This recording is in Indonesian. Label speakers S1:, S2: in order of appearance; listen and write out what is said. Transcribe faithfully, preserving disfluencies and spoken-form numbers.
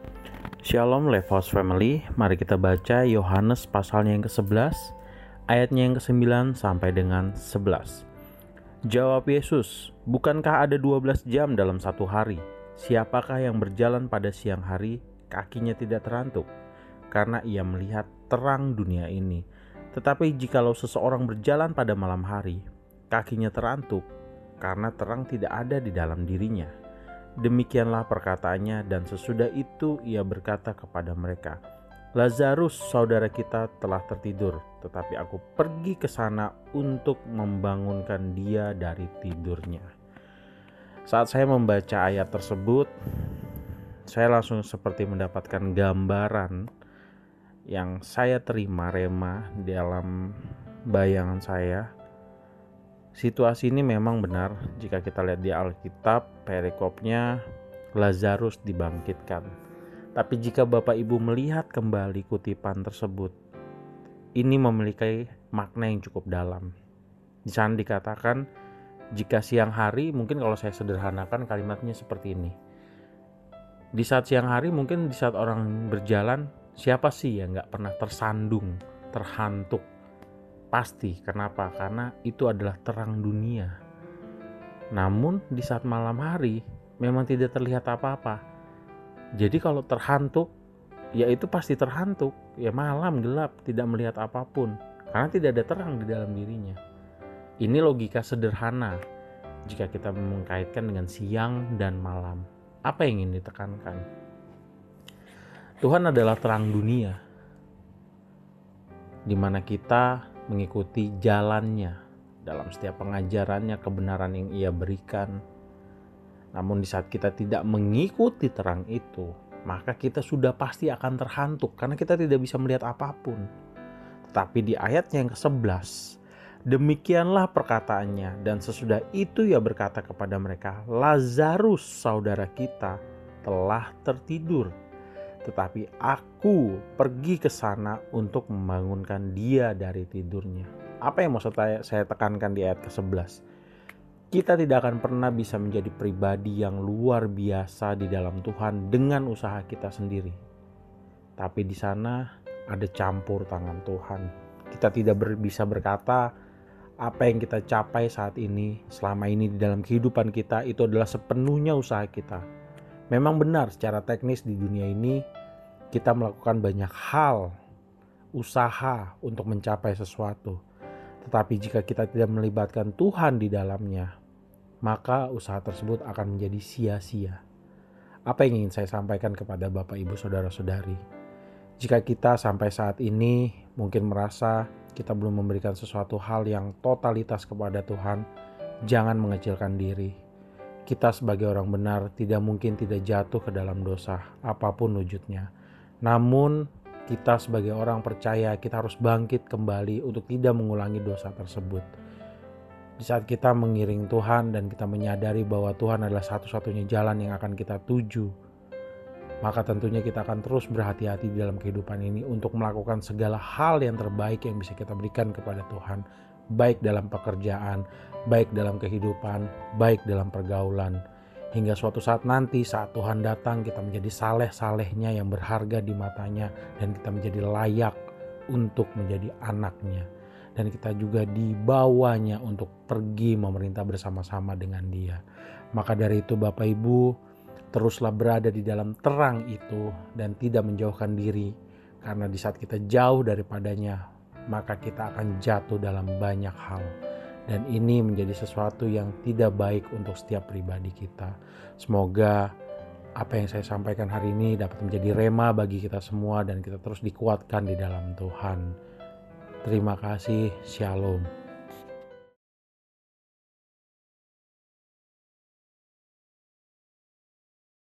S1: Shalom Lifehouse Family, mari kita baca Yohanes pasalnya yang kesebelas, ayatnya yang kesembilan sampai dengan sebelas. Jawab Yesus, bukankah ada dua belas jam dalam satu hari? Siapakah yang berjalan pada siang hari, kakinya tidak terantuk? Karena ia melihat terang dunia ini. Tetapi jikalau seseorang berjalan pada malam hari, kakinya terantuk, karena terang tidak ada di dalam dirinya. Demikianlah perkataannya, dan sesudah itu ia berkata kepada mereka, Lazarus saudara kita telah tertidur, tetapi aku pergi ke sana untuk membangunkan dia dari tidurnya. Saat saya membaca ayat tersebut, saya langsung seperti mendapatkan gambaran yang saya terima rema dalam bayangan saya. Situasi ini memang benar jika kita lihat di Alkitab, perikopnya Lazarus dibangkitkan. Tapi jika Bapak Ibu melihat kembali kutipan tersebut, ini memiliki makna yang cukup dalam. Di sana dikatakan, jika siang hari, mungkin kalau saya sederhanakan kalimatnya seperti ini. Di saat siang hari, mungkin di saat orang berjalan, siapa sih yang gak pernah tersandung, terhantuk? Pasti, kenapa? Karena itu adalah terang dunia. Namun di saat malam hari memang tidak terlihat apa-apa. Jadi kalau terhantuk, ya itu pasti terhantuk. Ya malam gelap, tidak melihat apapun. Karena tidak ada terang di dalam dirinya. Ini logika sederhana jika kita mengkaitkan dengan siang dan malam. Apa yang ingin ditekankan? Tuhan adalah terang dunia, di mana kita mengikuti jalannya dalam setiap pengajarannya, kebenaran yang ia berikan. Namun di saat kita tidak mengikuti terang itu, maka kita sudah pasti akan terhantuk karena kita tidak bisa melihat apapun. Tetapi di ayatnya yang kesebelas, demikianlah perkataannya, dan sesudah itu ia berkata kepada mereka, Lazarus saudara kita telah tertidur, tetapi aku pergi ke sana untuk membangunkan dia dari tidurnya. Apa yang mau saya, saya tekankan di ayat kesebelas? Kita tidak akan pernah bisa menjadi pribadi yang luar biasa di dalam Tuhan dengan usaha kita sendiri. Tapi di sana ada campur tangan Tuhan. Kita tidak ber, bisa berkata apa yang kita capai saat ini, selama ini di dalam kehidupan kita, itu adalah sepenuhnya usaha kita. Memang benar secara teknis di dunia ini kita melakukan banyak hal, usaha untuk mencapai sesuatu. Tetapi jika kita tidak melibatkan Tuhan di dalamnya, maka usaha tersebut akan menjadi sia-sia. Apa yang ingin saya sampaikan kepada Bapak, Ibu, Saudara-saudari? Jika kita sampai saat ini mungkin merasa kita belum memberikan sesuatu hal yang totalitas kepada Tuhan, jangan mengecilkan diri. Kita sebagai orang benar tidak mungkin tidak jatuh ke dalam dosa, apapun wujudnya. Namun kita sebagai orang percaya kita harus bangkit kembali untuk tidak mengulangi dosa tersebut. Di saat kita mengiring Tuhan dan kita menyadari bahwa Tuhan adalah satu-satunya jalan yang akan kita tuju, maka tentunya kita akan terus berhati-hati di dalam kehidupan ini untuk melakukan segala hal yang terbaik yang bisa kita berikan kepada Tuhan, baik dalam pekerjaan, baik dalam kehidupan, baik dalam pergaulan. Hingga suatu saat nanti saat Tuhan datang, kita menjadi saleh-salehnya yang berharga di matanya, dan kita menjadi layak untuk menjadi anaknya. Dan kita juga dibawanya untuk pergi memerintah bersama-sama dengan dia. Maka dari itu Bapak Ibu, teruslah berada di dalam terang itu dan tidak menjauhkan diri. Karena di saat kita jauh daripadanya, maka kita akan jatuh dalam banyak hal. Dan ini menjadi sesuatu yang tidak baik untuk setiap pribadi kita. Semoga apa yang saya sampaikan hari ini dapat menjadi rema bagi kita semua dan kita terus dikuatkan di dalam Tuhan. Terima kasih, Shalom.